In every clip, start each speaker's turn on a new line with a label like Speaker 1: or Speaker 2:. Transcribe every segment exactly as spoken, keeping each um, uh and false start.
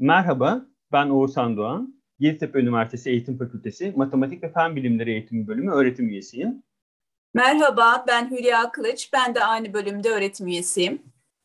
Speaker 1: Merhaba, ben Oğuzhan Doğan. Yeditepe Üniversitesi Eğitim Fakültesi Matematik ve Fen Bilimleri Eğitimi Bölümü öğretim üyesiyim.
Speaker 2: Merhaba, ben Hülya Kılıç. Ben de aynı bölümde öğretim üyesiyim.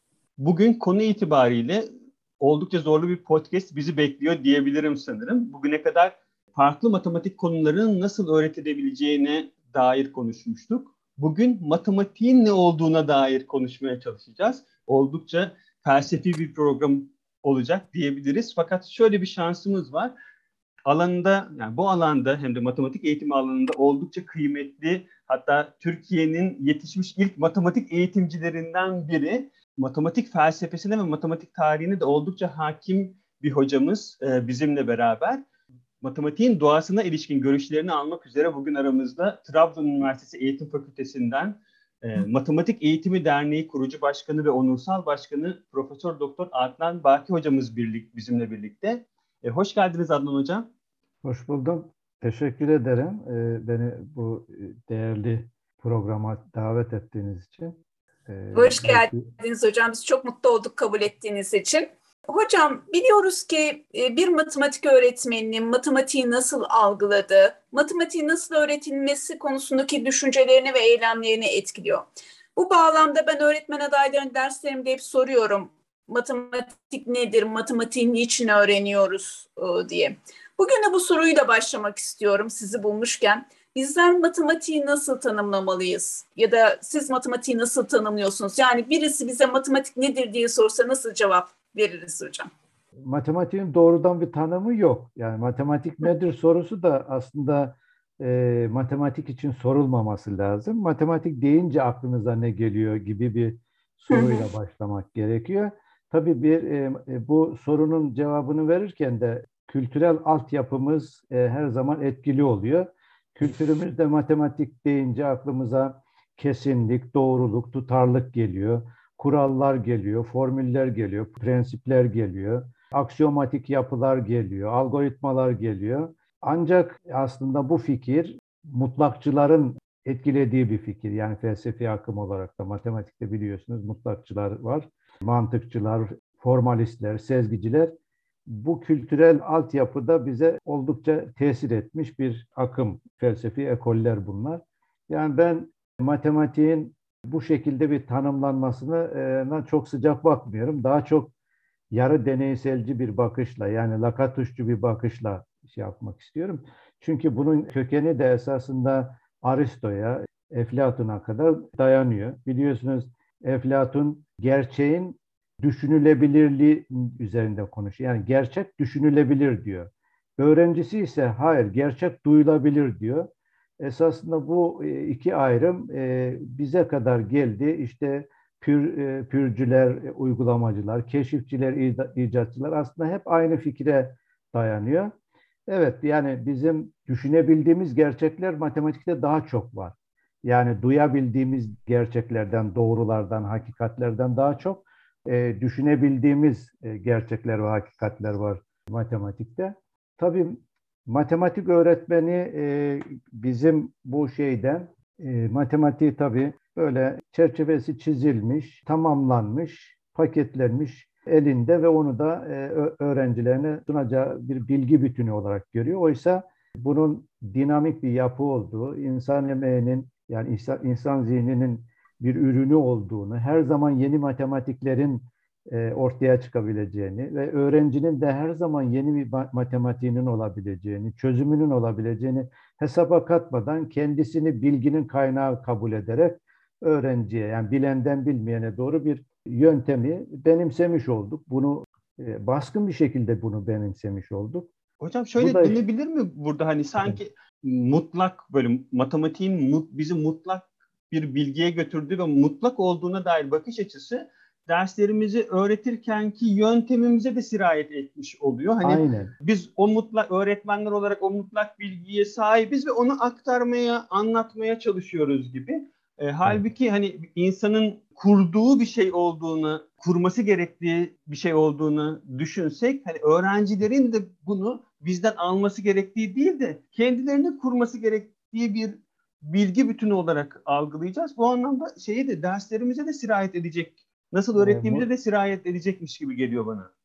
Speaker 1: Bugün konu itibariyle oldukça zorlu bir podcast bizi bekliyor diyebilirim sanırım. Bugüne kadar farklı matematik konularının nasıl öğretilebileceğine dair konuşmuştuk. Bugün matematiğin ne olduğuna dair konuşmaya çalışacağız. Oldukça felsefi bir program olacak diyebiliriz. Fakat şöyle bir şansımız var. Alanında, yani bu alanda hem de matematik eğitimi alanında oldukça kıymetli, hatta Türkiye'nin yetişmiş ilk matematik eğitimcilerinden biri, matematik felsefesine ve matematik tarihine de oldukça hakim bir hocamız e, bizimle beraber. Matematiğin doğasına ilişkin görüşlerini almak üzere bugün aramızda Trabzon Üniversitesi Eğitim Fakültesinden e, Matematik Eğitimi Derneği kurucu başkanı ve onursal başkanı Profesör Doktor Adnan Baki hocamız birlik, bizimle birlikte. E, hoş geldiniz Adnan Hocam.
Speaker 3: Hoş buldum. Teşekkür ederim ee, beni bu değerli programa davet ettiğiniz için.
Speaker 2: Ee, Hoş geldiniz hocam. Biz çok mutlu olduk kabul ettiğiniz için. Hocam biliyoruz ki bir matematik öğretmeninin matematiği nasıl algıladığı, matematiğin nasıl öğretilmesi konusundaki düşüncelerini ve eylemlerini etkiliyor. Bu bağlamda ben öğretmen adaylarının derslerimde hep soruyorum. Matematik nedir? Matematiği niçin öğreniyoruz diye. Bugün de bu soruyla başlamak istiyorum sizi bulmuşken. Bizler matematiği nasıl tanımlamalıyız? Ya da siz matematiği nasıl tanımlıyorsunuz? Yani birisi bize matematik nedir diye sorsa nasıl cevap veririz hocam?
Speaker 3: Matematiğin doğrudan bir tanımı yok. Yani matematik nedir sorusu da aslında e, matematik için sorulmaması lazım. Matematik deyince aklınıza ne geliyor gibi bir soruyla başlamak gerekiyor. Tabii bir e, bu sorunun cevabını verirken de kültürel altyapımız e, her zaman etkili oluyor. Kültürümüzde matematik deyince aklımıza kesinlik, doğruluk, tutarlılık geliyor. Kurallar geliyor, formüller geliyor, prensipler geliyor, aksiyomatik yapılar geliyor, algoritmalar geliyor. Ancak aslında bu fikir mutlakçıların etkilediği bir fikir. Yani felsefi akım olarak da matematikte biliyorsunuz mutlakçılar var, mantıkçılar, formalistler, sezgiciler. Bu kültürel altyapıda bize oldukça tesir etmiş bir akım, felsefi ekoller bunlar. Yani ben matematiğin bu şekilde bir tanımlanmasına çok sıcak bakmıyorum. Daha çok yarı deneyselci bir bakışla, yani Lakatuşçu bir bakışla şey yapmak istiyorum. Çünkü bunun kökeni de esasında Aristo'ya, Eflatun'a kadar dayanıyor. Biliyorsunuz Eflatun gerçeğin düşünülebilirliği üzerinde konuşuyor. Yani gerçek düşünülebilir diyor. Öğrencisi ise hayır, gerçek duyulabilir diyor. Esasında bu iki ayrım bize kadar geldi. İşte pür, pürcüler, uygulamacılar, keşifçiler, icatçılar aslında hep aynı fikre dayanıyor. Evet, yani bizim düşünebildiğimiz gerçekler matematikte daha çok var. Yani duyabildiğimiz gerçeklerden, doğrulardan, hakikatlerden daha çok e, düşünebildiğimiz e, gerçekler ve hakikatler var matematikte. Tabii matematik öğretmeni e, bizim bu şeyden e, matematiği tabii böyle çerçevesi çizilmiş, tamamlanmış, paketlenmiş elinde ve onu da e, öğrencilerine sunacağı bir bilgi bütünü olarak görüyor. Oysa bunun dinamik bir yapı olduğu, insan emeğinin yani insan, insan zihninin bir ürünü olduğunu, her zaman yeni matematiklerin e, ortaya çıkabileceğini ve öğrencinin de her zaman yeni bir matematiğinin olabileceğini, çözümünün olabileceğini hesaba katmadan kendisini bilginin kaynağı kabul ederek öğrenciye, yani bilenden bilmeyene doğru bir yöntemi benimsemiş olduk. Bunu e, baskın bir şekilde bunu benimsemiş olduk.
Speaker 1: Hocam şöyle
Speaker 3: da,
Speaker 1: denebilir mi burada, hani sanki evet, mutlak böyle matematiğin mut, bizi mutlak bir bilgiye götürdüğü ve mutlak olduğuna dair bakış açısı derslerimizi öğretirkenki yöntemimize de sirayet etmiş oluyor. Hani
Speaker 3: aynen.
Speaker 1: Biz o mutlak öğretmenler olarak o mutlak bilgiye sahibiz ve onu aktarmaya, anlatmaya çalışıyoruz gibi. E, halbuki evet, hani insanın kurduğu bir şey olduğunu, kurması gerektiği bir şey olduğunu düşünsek, hani öğrencilerin de bunu bizden alması gerektiği değil de kendilerini kurması gerektiği bir bilgi bütünü olarak algılayacağız. Bu anlamda şeyi de derslerimize de sirayet edecek, nasıl öğrettiğimize de sirayet edecekmiş gibi geliyor bana.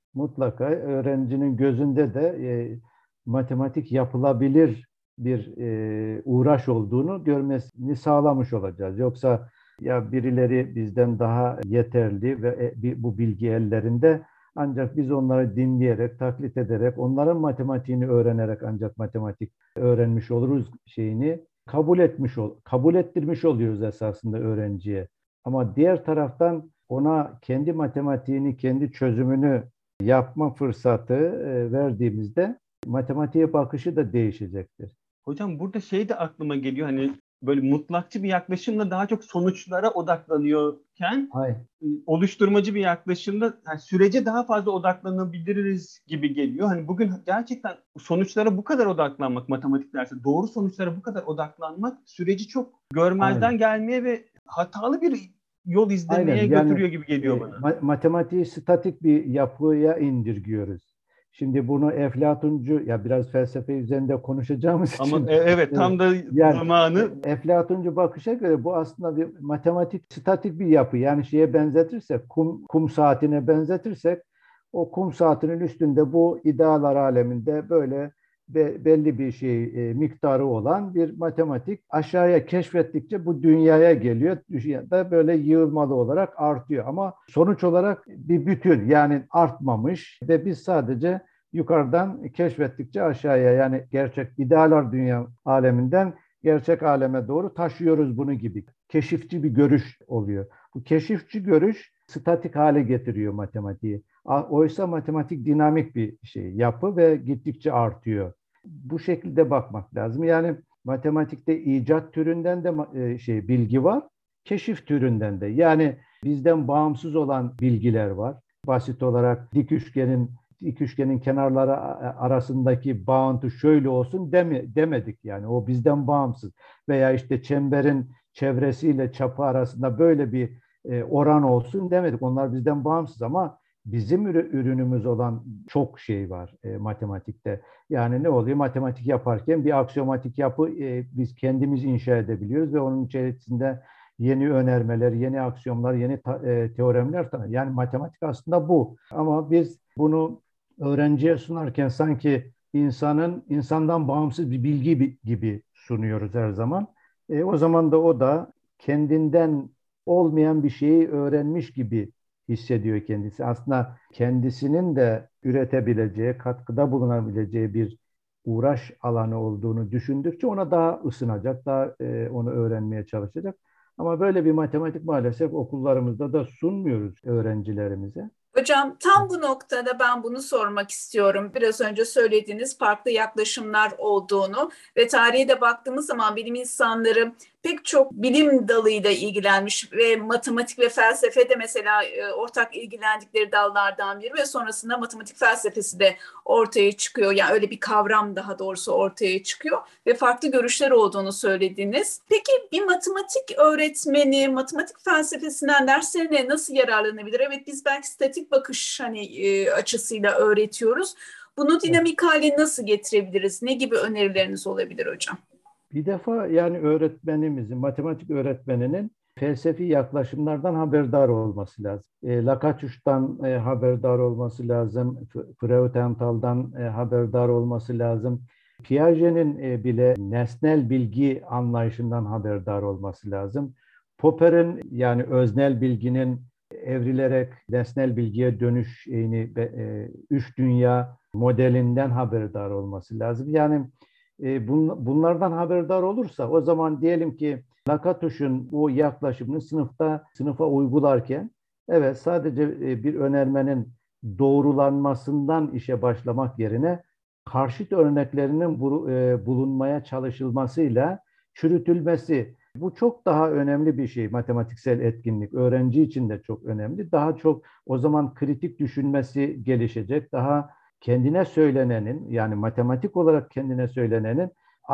Speaker 3: Mutlaka öğrencinin gözünde de e, matematik yapılabilir bir e, uğraş olduğunu görmesini sağlamış olacağız. Yoksa ya birileri bizden daha yeterli ve e, bir, bu bilgi ellerinde, ancak biz onları dinleyerek, taklit ederek, onların matematiğini öğrenerek ancak matematik öğrenmiş oluruz şeyini kabul etmiş ol, kabul ettirmiş oluyoruz esasında öğrenciye. Ama diğer taraftan ona kendi matematiğini, kendi çözümünü yapma fırsatı e, verdiğimizde matematiğe bakışı da değişecektir.
Speaker 1: Hocam burada şey de aklıma geliyor, hani böyle mutlakçı bir yaklaşımla daha çok sonuçlara odaklanıyorken
Speaker 3: Ay,
Speaker 1: oluşturmacı bir yaklaşımda yani sürece daha fazla odaklanabiliriz gibi geliyor. Hani bugün gerçekten sonuçlara bu kadar odaklanmak, matematik dersi doğru sonuçlara bu kadar odaklanmak süreci çok görmezden
Speaker 3: aynen.
Speaker 1: gelmeye ve hatalı bir yol izlemeye
Speaker 3: Aynen. Yani
Speaker 1: götürüyor gibi
Speaker 3: e,
Speaker 1: geliyor bana.
Speaker 3: ma- matematiği statik bir yapıya indirgiyoruz. Şimdi bunu Eflatuncu, ya biraz felsefe üzerinde konuşacağımız
Speaker 1: Ama
Speaker 3: için
Speaker 1: e, evet
Speaker 3: e,
Speaker 1: tam da
Speaker 3: yani
Speaker 1: zamanı.
Speaker 3: e, Eflatuncu bakışa göre bu aslında bir matematik statik bir yapı. Yani şeye benzetirsek, kum, kum saatine benzetirsek, o kum saatinin üstünde bu idealar aleminde böyle be- belli bir şey e, miktarı olan bir matematik aşağıya keşfettikçe bu dünyaya geliyor. Dünyada böyle yığılmalı olarak artıyor. Ama sonuç olarak bir bütün, yani artmamış ve biz sadece yukarıdan keşfettikçe aşağıya, yani gerçek idealar dünya aleminden gerçek aleme doğru taşıyoruz bunu gibi. Keşifçi bir görüş oluyor. Bu keşifçi görüş statik hale getiriyor matematiği. Oysa matematik dinamik bir şey, yapı ve gittikçe artıyor. Bu şekilde bakmak lazım. Yani matematikte icat türünden de şey bilgi var, keşif türünden de. Yani bizden bağımsız olan bilgiler var. Basit olarak dik üçgenin dik üçgenin kenarları arasındaki bağıntı şöyle olsun deme, demedik yani. O bizden bağımsız. Veya işte çemberin çevresiyle çapı arasında böyle bir e, oran olsun demedik. Onlar bizden bağımsız ama bizim ürünümüz olan çok şey var e, matematikte. Yani ne oluyor? Matematik yaparken bir aksiyomatik yapı e, biz kendimiz inşa edebiliyoruz ve onun içerisinde yeni önermeler, yeni aksiyomlar, yeni ta, e, teoremler tanır. Yani matematik aslında bu. Ama biz bunu öğrenciye sunarken sanki insanın insandan bağımsız bir bilgi gibi sunuyoruz her zaman. E, o zaman da o da kendinden olmayan bir şeyi öğrenmiş gibi hissediyor kendisi. Aslında kendisinin de üretebileceği, katkıda bulunabileceği bir uğraş alanı olduğunu düşündükçe ona daha ısınacak, daha e, onu öğrenmeye çalışacak. Ama böyle bir matematik maalesef okullarımızda da sunmuyoruz öğrencilerimize.
Speaker 2: Hocam tam bu noktada ben bunu sormak istiyorum. Biraz önce söylediğiniz farklı yaklaşımlar olduğunu ve tarihe de baktığımız zaman bilim insanları pek çok bilim dalıyla ilgilenmiş ve matematik ve felsefe de mesela e, ortak ilgilendikleri dallardan biri ve sonrasında matematik felsefesi de ortaya çıkıyor. Yani öyle bir kavram daha doğrusu ortaya çıkıyor ve farklı görüşler olduğunu söylediniz. Peki bir matematik öğretmeni matematik felsefesinden derslerine nasıl yararlanabilir? Evet biz belki statik bakış hani e, açısıyla öğretiyoruz. Bunu dinamik hale nasıl getirebiliriz? Ne gibi önerileriniz olabilir hocam?
Speaker 3: Bir defa yani öğretmenimizin, matematik öğretmeninin felsefi yaklaşımlardan haberdar olması lazım. E, Lakaçuş'tan e, haberdar olması lazım. Freudental'dan e, haberdar olması lazım. Piaget'in e, bile nesnel bilgi anlayışından haberdar olması lazım. Popper'in yani öznel bilginin evrilerek nesnel bilgiye dönüş şeyini, e, üç dünya modelinden haberdar olması lazım. Yani e, bun, bunlardan haberdar olursa o zaman diyelim ki Lakatuş'un bu yaklaşımını sınıfta sınıfa uygularken evet sadece e, bir önermenin doğrulanmasından işe başlamak yerine karşıt örneklerinin bu, e, bulunmaya çalışılmasıyla çürütülmesi, bu çok daha önemli bir şey, matematiksel etkinlik. Öğrenci için de çok önemli. Daha çok o zaman kritik düşünmesi gelişecek. Daha kendine söylenenin, yani matematik olarak kendine söylenenin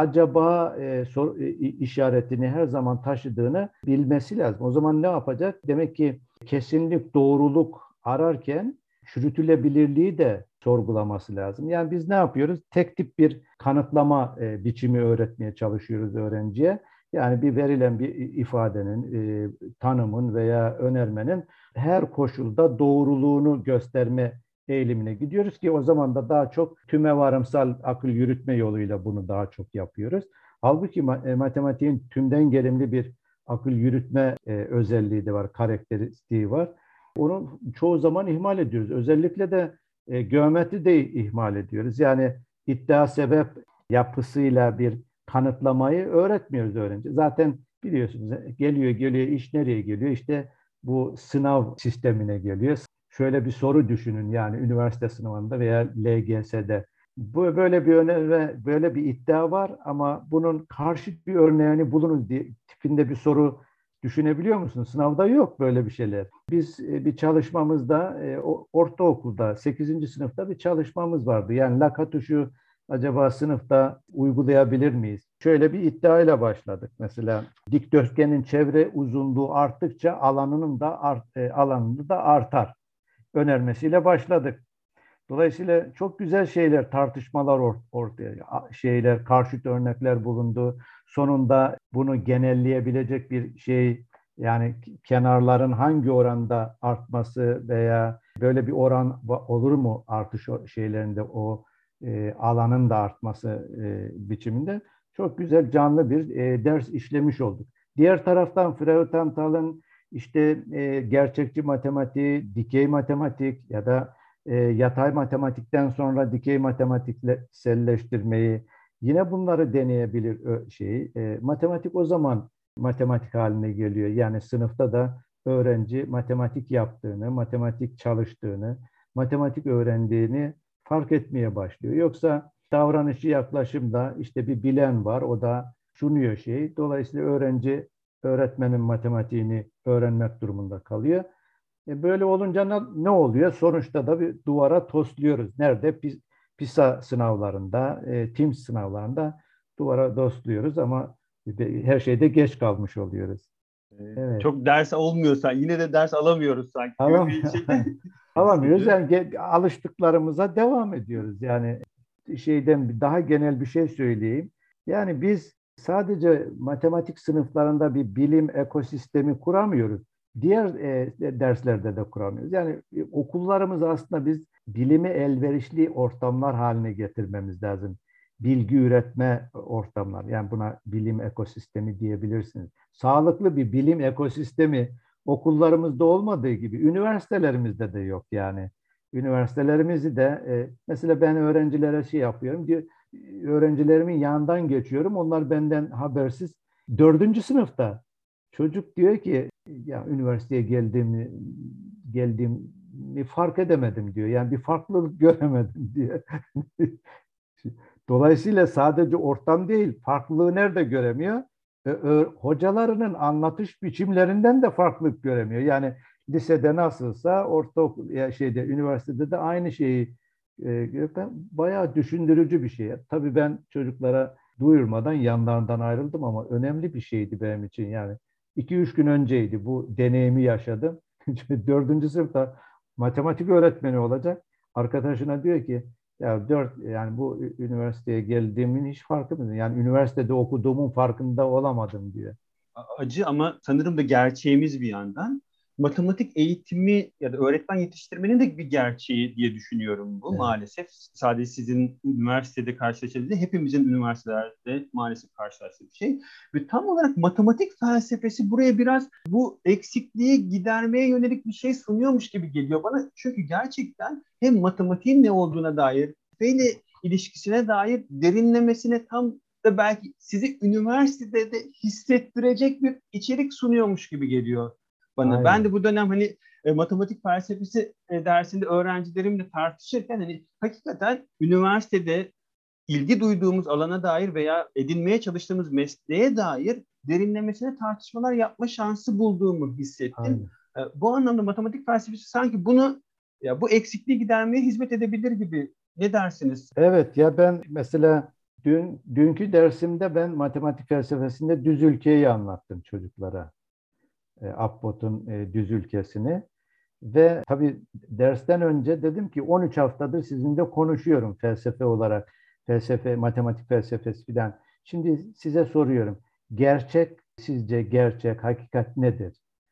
Speaker 3: acaba e, sor, e, işaretini her zaman taşıdığını bilmesi lazım. O zaman ne yapacak? Demek ki kesinlik, doğruluk ararken çürütülebilirliği de sorgulaması lazım. Yani biz ne yapıyoruz? Tek tip bir kanıtlama e, biçimi öğretmeye çalışıyoruz öğrenciye. Yani bir verilen bir ifadenin, e, tanımın veya önermenin her koşulda doğruluğunu gösterme eğilimine gidiyoruz ki o zaman da daha çok tümevarımsal akıl yürütme yoluyla bunu daha çok yapıyoruz. Halbuki matematiğin tümden gelimli bir akıl yürütme e, özelliği de var, karakteristiği var. Onu çoğu zaman ihmal ediyoruz. Özellikle de e, geometri de ihmal ediyoruz. Yani iddia sebep yapısıyla bir kanıtlamayı öğretmiyoruz öğrenci. Zaten biliyorsunuz geliyor geliyor iş nereye geliyor? İşte bu sınav sistemine geliyor. Şöyle bir soru düşünün yani üniversite sınavında veya L G S'de. Bu böyle bir önem ve böyle bir iddia var ama bunun karşıt bir örneğini bulunuz diye tipinde bir soru düşünebiliyor musunuz? Sınavda yok böyle bir şeyler. Biz bir çalışmamızda ortaokulda sekizinci sınıfta bir çalışmamız vardı. Yani Lakatuş'u acaba sınıfta uygulayabilir miyiz? Şöyle bir iddiayla başladık. Mesela dikdörtgenin çevre uzunluğu arttıkça alanının da art, alanını da artar önermesiyle başladık. Dolayısıyla çok güzel şeyler, tartışmalar ortaya, şeyler, karşıt örnekler bulundu. Sonunda bunu genelleyebilecek bir şey, yani kenarların hangi oranda artması veya böyle bir oran olur mu artış şeylerinde o e, alanın da artması e, biçiminde çok güzel canlı bir e, ders işlemiş olduk. Diğer taraftan Freudental'ın işte e, gerçekçi matematiği, dikey matematik ya da e, yatay matematikten sonra dikey matematikselleştirmeyi yine bunları deneyebilir şeyi. E, matematik o zaman matematik haline geliyor. Yani sınıfta da öğrenci matematik yaptığını, matematik çalıştığını, matematik öğrendiğini fark etmeye başlıyor. Yoksa davranışı yaklaşımda işte bir bilen var, o da sunuyor şeyi. Dolayısıyla öğrenci öğretmenin matematiğini öğrenmek durumunda kalıyor. E böyle olunca ne oluyor? Sonuçta da bir duvara tosluyoruz. Nerede? PISA sınavlarında, e, TIMSS sınavlarında duvara tosluyoruz ama her şeyde geç kalmış oluyoruz.
Speaker 1: Evet. Çok ders olmuyorsa yine de ders alamıyoruz sanki.
Speaker 3: Alam Alamıyoruz. Yani alıştıklarımıza devam ediyoruz. Yani şeyden daha genel bir şey söyleyeyim. Yani biz sadece matematik sınıflarında bir bilim ekosistemi kuramıyoruz. Diğer e, derslerde de kuramıyoruz. Yani e, okullarımız aslında biz bilime elverişli ortamlar haline getirmemiz lazım. Bilgi üretme ortamlar. Yani buna bilim ekosistemi diyebilirsiniz. Sağlıklı bir bilim ekosistemi okullarımızda olmadığı gibi üniversitelerimizde de yok yani. Üniversitelerimizi de e, mesela ben öğrencilere şey yapıyorum diyor, öğrencilerimin yanından geçiyorum. Onlar benden habersiz. Dördüncü sınıfta çocuk diyor ki ya üniversiteye geldiğimi geldiğimi fark edemedim diyor. Yani bir farklılık göremedim diyor. Dolayısıyla sadece ortam değil, farklılığı nerede göremiyor? Hocalarının anlatış biçimlerinden de farklılık göremiyor. Yani lisede nasılsa ortaokul ya şeyde üniversitede de aynı şeyi e, bayağı düşündürücü bir şey. Tabii ben çocuklara duyurmadan yanlarından ayrıldım ama önemli bir şeydi benim için. Yani iki üç gün önceydi bu deneyimi yaşadım. Dördüncü sınıfta matematik öğretmeni olacak. Arkadaşına diyor ki ya dört yani bu üniversiteye geldiğimin hiç farkında. Yani üniversitede okuduğumun farkında olamadım diyor.
Speaker 1: Acı ama sanırım da gerçeğimiz bir yandan. Matematik eğitimi ya da öğretmen yetiştirmenin de bir gerçeği diye düşünüyorum bu. Evet. Maalesef sadece sizin üniversitede karşılaştığınız değil, hepimizin üniversitelerde maalesef karşılaştığı bir şey. Ve tam olarak matematik felsefesi buraya biraz bu eksikliği gidermeye yönelik bir şey sunuyormuş gibi geliyor bana. Çünkü gerçekten hem matematiğin ne olduğuna dair, felsefeyle ilişkisine dair derinlemesine tam da belki sizi üniversitede de hissettirecek bir içerik sunuyormuş gibi geliyor bana. Aynen. Ben de bu dönem hani e, matematik felsefesi e, dersinde öğrencilerimle tartışırken hani hakikaten üniversitede ilgi duyduğumuz alana dair veya edinmeye çalıştığımız mesleğe dair derinlemesine tartışmalar yapma şansı bulduğumu hissettim. E, bu anlamda matematik felsefesi sanki bunu ya bu eksikliği gidermeye hizmet edebilir gibi. Ne dersiniz?
Speaker 3: Evet ya ben mesela dün dünkü dersimde ben matematik felsefesinde düz ülkeyi anlattım çocuklara. E, Apbot'un e, düz ülkesini ve tabii dersten önce dedim ki on üç haftadır sizinle konuşuyorum felsefe olarak. Felsefe, matematik felsefesi falan. Şimdi size soruyorum. Gerçek sizce gerçek, hakikat nedir?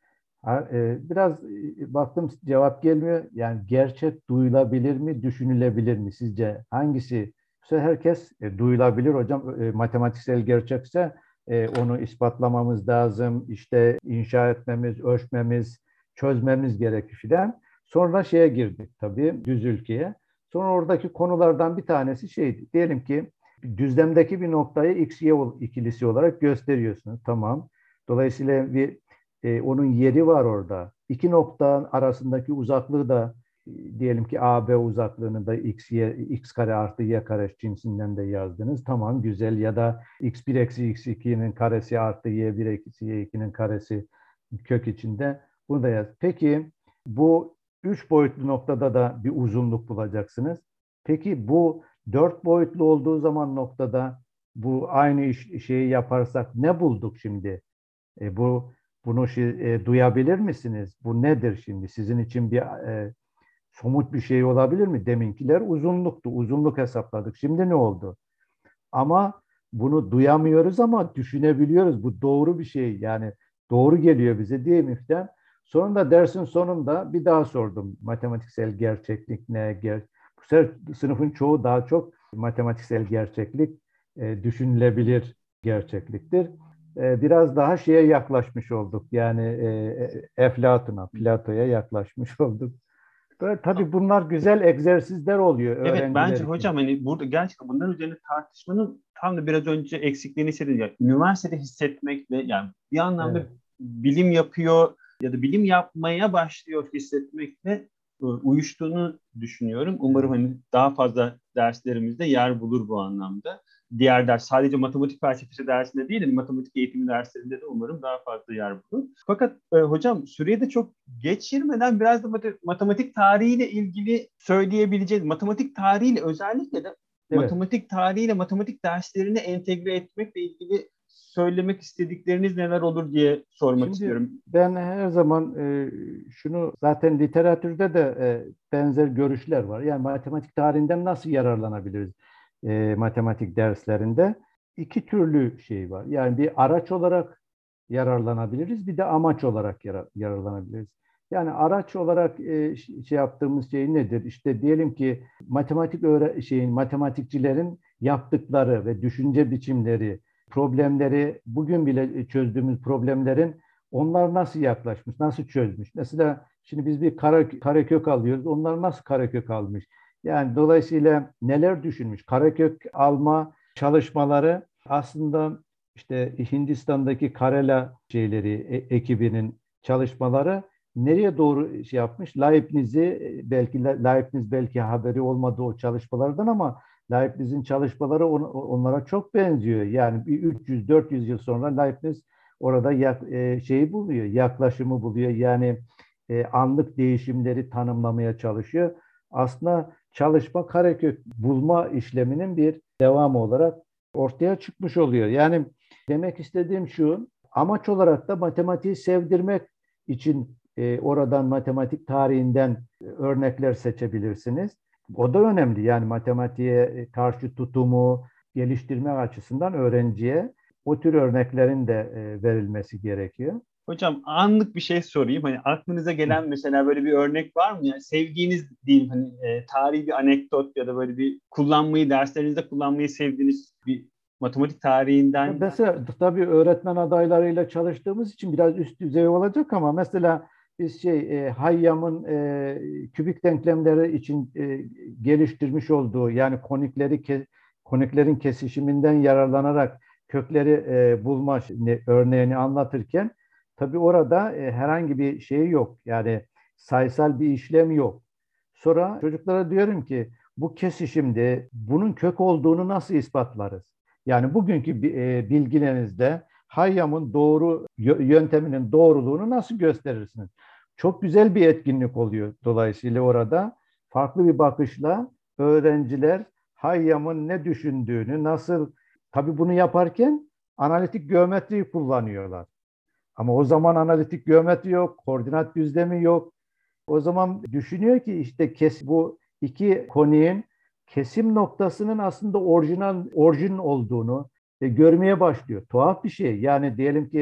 Speaker 3: Biraz baktım cevap gelmiyor. Yani gerçek duyulabilir mi, düşünülebilir mi? Sizce hangisi? Herkes e, duyulabilir hocam. E, matematiksel gerçekse e, onu ispatlamamız lazım. İşte inşa etmemiz, ölçmemiz, çözmemiz gerekir filan. Sonra şeye girdik tabii, düz ülkeye. Sonra oradaki konulardan bir tanesi şeydi. Diyelim ki düzlemdeki bir noktayı x y ikilisi olarak gösteriyorsunuz. Tamam. Dolayısıyla bir e, onun yeri var orada. İki nokta arasındaki uzaklığı da e, diyelim ki A B uzaklığını da x, y, x kare artı y kare cinsinden de yazdınız. Tamam güzel. Ya da x bir eksi x iki'nin karesi artı y bir eksi y iki'nin karesi kök içinde. Bunu da yaz. Peki bu üç boyutlu noktada da bir uzunluk bulacaksınız. Peki bu dört boyutlu olduğu zaman noktada bu aynı iş, şeyi yaparsak ne bulduk şimdi? E, bu bunu e, duyabilir misiniz? Bu nedir şimdi? Sizin için bir e, somut bir şey olabilir mi? Deminkiler uzunluktu. Uzunluk hesapladık. Şimdi ne oldu? Ama bunu duyamıyoruz ama düşünebiliyoruz. Bu doğru bir şey. Yani doğru geliyor bize değil mi? Sonunda dersin sonunda bir daha sordum. Matematiksel gerçeklik ne? Ger Bu sefer sınıfın çoğu daha çok matematiksel gerçeklik e, düşünülebilir gerçekliktir. E, biraz daha şeye yaklaşmış olduk. Yani e, Eflatun'a, Plato'ya yaklaşmış olduk. Böyle, tabii bunlar güzel egzersizler oluyor
Speaker 1: Evet,
Speaker 3: öğrenciler
Speaker 1: bence
Speaker 3: için.
Speaker 1: hocam hani burada gerçekten bunların üzerine tartışmanın tam da biraz önce eksikliğini hissettim. Yani üniversitede hissetmekle yani bir anlamda
Speaker 3: Evet.
Speaker 1: bilim yapıyor ya da bilim yapmaya başlıyor hissetmekle e, uyuştuğunu düşünüyorum. Umarım
Speaker 3: Evet.
Speaker 1: hani daha fazla derslerimizde yer bulur bu anlamda. Diğer ders sadece matematik felsefesi dersinde değil, hani matematik eğitimi derslerinde de umarım daha fazla yer bulur. Fakat e, hocam süreye de çok geçirmeden biraz da mat- matematik tarihiyle ilgili söyleyebileceğiz. Matematik tarihiyle özellikle de
Speaker 3: Evet.
Speaker 1: matematik tarihiyle matematik derslerini entegre etmekle ilgili söylemek istedikleriniz neler olur diye sormak
Speaker 3: Şimdi
Speaker 1: istiyorum.
Speaker 3: ben her zaman e, şunu zaten literatürde de e, benzer görüşler var. Yani matematik tarihinden nasıl yararlanabiliriz e, matematik derslerinde? İki türlü şey var. Yani bir araç olarak yararlanabiliriz, bir de amaç olarak yarar, yararlanabiliriz. Yani araç olarak e, şey yaptığımız şey nedir? İşte diyelim ki matematik öğre şeyin matematikçilerin yaptıkları ve düşünce biçimleri, problemleri, bugün bile çözdüğümüz problemlerin onlar nasıl yaklaşmış, nasıl çözmüş? Mesela şimdi biz bir kare, karekök alıyoruz. Onlar nasıl karekök almış? Yani dolayısıyla neler düşünmüş? Karekök alma çalışmaları aslında işte Hindistan'daki Karela şeyleri, e, ekibinin çalışmaları nereye doğru şey yapmış? Leibniz'i belki Leibniz belki haberi olmadı o çalışmalardan ama Leibniz'in çalışmaları on, onlara çok benziyor. Yani bir üç yüz dört yüz yıl sonra Leibniz orada yak, e, şeyi buluyor, yaklaşımı buluyor. Yani e, anlık değişimleri tanımlamaya çalışıyor. Aslında çalışma karekök bulma işleminin bir devamı olarak ortaya çıkmış oluyor. Yani demek istediğim şu, amaç olarak da matematiği sevdirmek için e, oradan matematik tarihinden örnekler seçebilirsiniz. O da önemli. Yani matematiğe karşı tutumu geliştirmek açısından öğrenciye o tür örneklerin de e, verilmesi gerekiyor.
Speaker 1: Hocam anlık bir şey sorayım. Hani aklınıza gelen mesela böyle bir örnek var mı? Yani sevdiğiniz diyeyim hani e, tarihi bir anekdot ya da böyle bir kullanmayı derslerinizde kullanmayı sevdiğiniz bir matematik
Speaker 3: Ya
Speaker 1: tarihinden.
Speaker 3: mesela tabii öğretmen adaylarıyla çalıştığımız için biraz üst düzey olacak ama mesela biz şey e, Hayyam'ın e, kübik denklemleri için e, geliştirmiş olduğu yani konikleri ke, koniklerin kesişiminden yararlanarak kökleri e, bulma ne, örneğini anlatırken tabii orada e, herhangi bir şey yok. Yani sayısal bir işlem yok. Sonra çocuklara diyorum ki bu kesişimde bunun kök olduğunu nasıl ispatlarız? Yani bugünkü bilgilerinizde Hayyam'ın doğru yönteminin doğruluğunu nasıl gösterirsiniz? Çok güzel bir etkinlik oluyor dolayısıyla orada. Farklı bir bakışla öğrenciler Hayyam'ın ne düşündüğünü, nasıl tabii bunu yaparken analitik geometriyi kullanıyorlar. Ama o zaman analitik geometri yok, koordinat düzlemi yok. O zaman düşünüyor ki işte kes, bu iki koniğin kesim noktasının aslında orijinal orijin olduğunu e, görmeye başlıyor. Tuhaf bir şey. Yani diyelim ki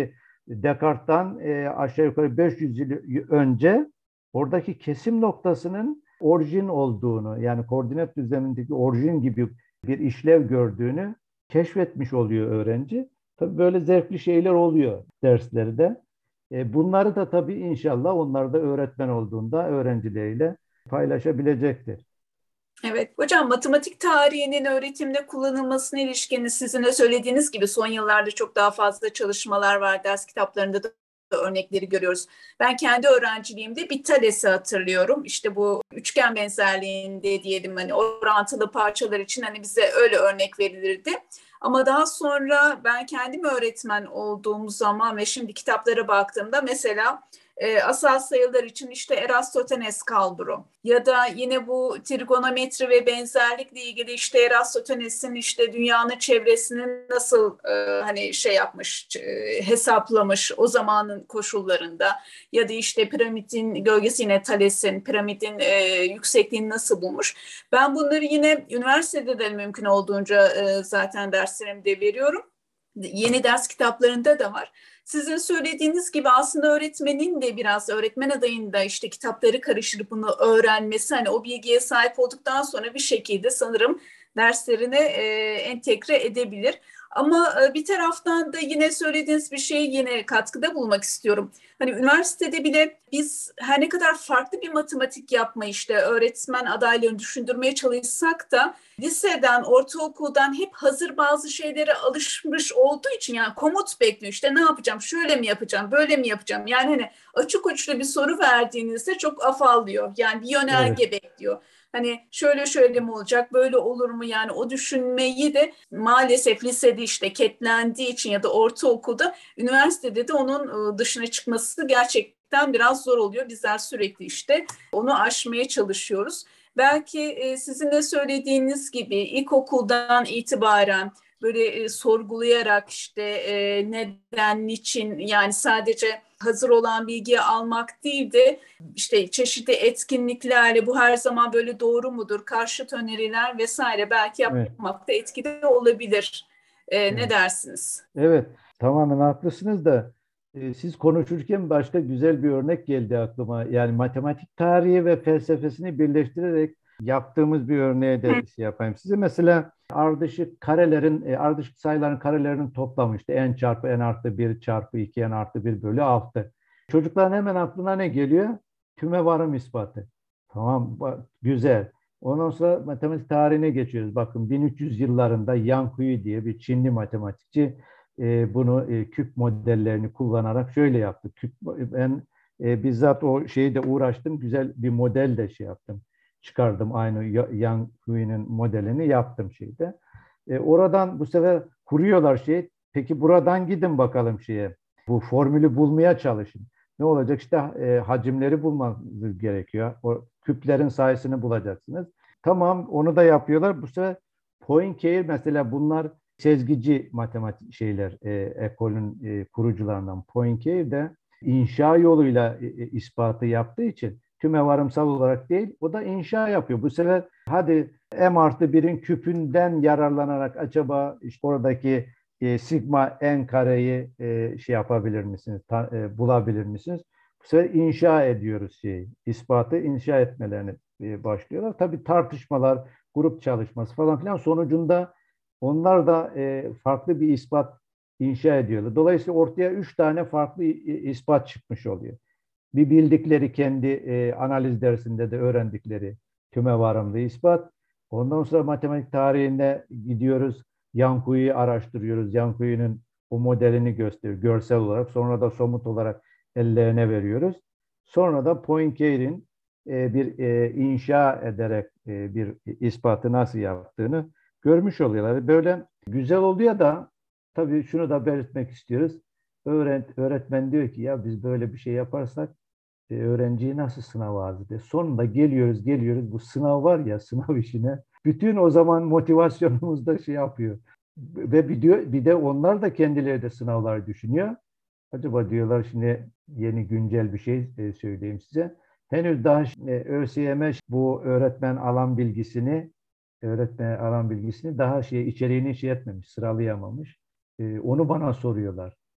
Speaker 3: Descartes'tan e, aşağı yukarı beş yüz yıl önce oradaki kesim noktasının orijin olduğunu, yani koordinat düzlemindeki orijin gibi bir işlev gördüğünü keşfetmiş oluyor öğrenci. Tabii böyle zevkli şeyler oluyor derslerde. E, bunları da tabii inşallah onlar da öğretmen olduğunda öğrencileriyle paylaşabilecektir.
Speaker 2: Evet, hocam matematik tarihinin öğretimde kullanılmasına ilişkin sizin de söylediğiniz gibi son yıllarda çok daha fazla çalışmalar var. Ders kitaplarında da örnekleri görüyoruz. Ben kendi öğrenciliğimde bir Thales'i hatırlıyorum. İşte bu üçgen benzerliğinde diyelim hani orantılı parçalar için hani bize öyle örnek verilirdi. Ama daha sonra ben kendim öğretmen olduğum zaman ve şimdi kitaplara baktığımda mesela e, asal sayılar için işte Eratosthenes kalburu ya da yine bu trigonometri ve benzerlikle ilgili işte Eratosthenes'in işte dünyanın çevresini nasıl e, hani şey yapmış e, hesaplamış o zamanın koşullarında ya da işte piramidin gölgesi yine Thales'in piramidin e, yüksekliğini nasıl bulmuş. Ben bunları yine üniversitede de mümkün olduğunca e, zaten derslerimde veriyorum. Yeni ders kitaplarında da var. Sizin söylediğiniz gibi aslında öğretmenin de biraz öğretmen adayının da işte kitapları karıştırıp bunu öğrenmesi hani o bilgiye sahip olduktan sonra bir şekilde sanırım derslerine e, entegre edebilir. Ama e, bir taraftan da yine söylediğiniz bir şeye yine katkıda bulmak istiyorum. Hani üniversitede bile biz her ne kadar farklı bir matematik yapma işte öğretmen adaylarını düşündürmeye çalışsak da liseden, ortaokuldan hep hazır bazı şeylere alışmış olduğu için yani komut bekliyor işte ne yapacağım, şöyle mi yapacağım, böyle mi yapacağım? Yani hani açık uçlu bir soru verdiğinizde çok afallıyor. Yani bir yönerge
Speaker 3: Evet.
Speaker 2: bekliyor. Hani şöyle şöyle mi olacak, böyle olur mu? Yani o düşünmeyi de maalesef lisede işte ketlendiği için ya da ortaokulda, üniversitede de onun dışına çıkması gerçekten biraz zor oluyor. Bizler sürekli işte onu aşmaya çalışıyoruz. Belki e, sizin de söylediğiniz gibi ilkokuldan itibaren böyle e, sorgulayarak işte e, neden, niçin yani sadece hazır olan bilgiyi almak değil de işte çeşitli etkinliklerle bu her zaman böyle doğru mudur, karşıt öneriler vesaire belki
Speaker 3: Evet.
Speaker 2: yapmakta etkili olabilir. E, ne
Speaker 3: Evet.
Speaker 2: dersiniz?
Speaker 3: Evet, tamamen haklısınız da e, siz konuşurken başka güzel bir örnek geldi aklıma. Yani matematik tarihi ve felsefesini birleştirerek yaptığımız bir örneğe
Speaker 2: Hı,
Speaker 3: de şey yapayım. Size mesela ardışık karelerin, e, ardışık sayıların karelerini toplamı işte n çarpı n artı bir çarpı iki n artı bir bölü altı. Çocukların hemen aklına ne geliyor? Tümevarım ispatı. Tamam, güzel. Ondan sonra matematik tarihine geçiyoruz. Bakın bin üç yüz yıllarında Yang Hui diye bir Çinli matematikçi e, bunu e, küp modellerini kullanarak şöyle yaptı. Küp, ben e, bizzat o şeyi de uğraştım. Güzel bir model de şey yaptım. Çıkardım aynı Yang Hui'nin modelini yaptım şeyde. E, oradan bu sefer kuruyorlar şey. Peki buradan gidin bakalım şeye. Bu formülü bulmaya çalışın. Ne olacak? İşte e, hacimleri bulmanız gerekiyor. O küplerin sayısını bulacaksınız. Tamam, onu da yapıyorlar. Bu sefer Poincare mesela bunlar sezgici matematik şeyler, e, ekolün e, kurucularından Poincare de inşa yoluyla e, e, ispatı yaptığı için tümevarımsal olarak değil, o da inşa yapıyor. Bu sefer hadi m artı birin küpünden yararlanarak acaba işte oradaki e, sigma n kareyi e, şey yapabilir misiniz, ta, e, bulabilir misiniz? Bu sefer inşa ediyoruz şeyi, ispatı inşa etmelerini e, başlıyorlar. Tabii tartışmalar, grup çalışması falan filan sonucunda onlar da e, farklı bir ispat inşa ediyorlar. Dolayısıyla ortaya üç tane farklı ispat çıkmış oluyor. Bir bildikleri kendi e, analiz dersinde de öğrendikleri tümevarımlı ispat. Ondan sonra matematik tarihine gidiyoruz. Yanku'yu araştırıyoruz. Yanku'nun o modelini gösteriyor görsel olarak. Sonra da somut olarak ellerine veriyoruz. Sonra da Poincare'in e, bir e, inşa ederek e, bir ispatı nasıl yaptığını görmüş oluyorlar. Böyle güzel oluyor da tabii şunu da belirtmek istiyoruz. Öğret, öğretmen diyor ki ya biz böyle bir şey yaparsak e, öğrenciyi nasıl sınava hazırlıyor? Sonunda geliyoruz geliyoruz bu sınav var ya sınav işine. Bütün o zaman motivasyonumuz da şey yapıyor. Ve bir, diyor, bir de onlar da kendileri de sınavlar düşünüyor. Acaba diyorlar şimdi yeni güncel bir şey e, söyleyeyim size. Henüz daha e, ÖSYM bu öğretmen alan bilgisini öğretmen alan bilgisini daha şey içeriğini şey etmemiş, sıralayamamış. E, onu bana soruyorlar.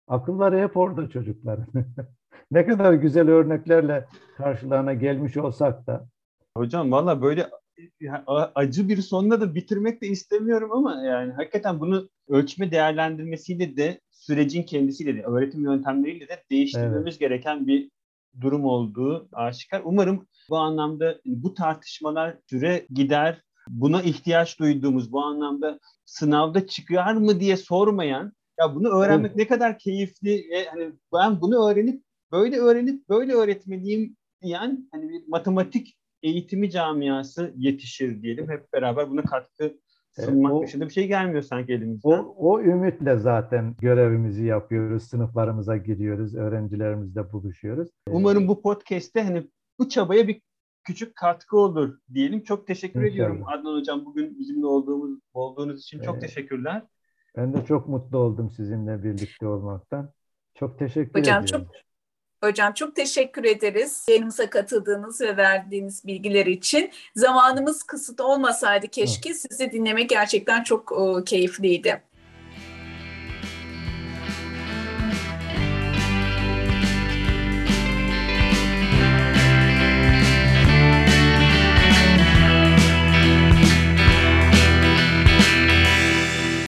Speaker 3: Akılları hep orada çocukların. Ne kadar güzel örneklerle karşılarına gelmiş olsak da.
Speaker 1: Hocam valla böyle acı bir sonuna da bitirmek de istemiyorum ama yani hakikaten bunu ölçme değerlendirmesiyle de sürecin kendisiyle de öğretim yöntemleriyle de değiştirmemiz evet. gereken bir durum olduğu aşikar. Umarım bu anlamda bu tartışmalar süre gider. Buna ihtiyaç duyduğumuz bu anlamda sınavda çıkar mı diye sormayan, ya bunu öğrenmek evet. ne kadar keyifli, e, hani ben bunu öğrenip böyle öğrenip böyle öğretmeliyim diyen hani bir matematik eğitimi camiası yetişir diyelim. Hep beraber buna katkı sunmak e, o, dışında bir şey gelmiyor sanki elimizden.
Speaker 3: O, o ümitle zaten görevimizi yapıyoruz, sınıflarımıza giriyoruz, öğrencilerimizle buluşuyoruz.
Speaker 1: Umarım bu podcast'te hani bu çabaya bir küçük katkı olur diyelim. Çok teşekkür İnşallah. ediyorum Adnan Hocam. Bugün bizimle olduğumuz, olduğunuz için çok ee, teşekkürler.
Speaker 3: Ben de çok mutlu oldum sizinle birlikte olmaktan. Çok teşekkür
Speaker 2: Hocam,
Speaker 3: ediyorum.
Speaker 2: Çok, hocam çok teşekkür ederiz. Yayınımıza katıldığınız ve verdiğiniz bilgiler için. Zamanımız kısıt olmasaydı keşke, Hı. sizi dinlemek gerçekten çok o, keyifliydi.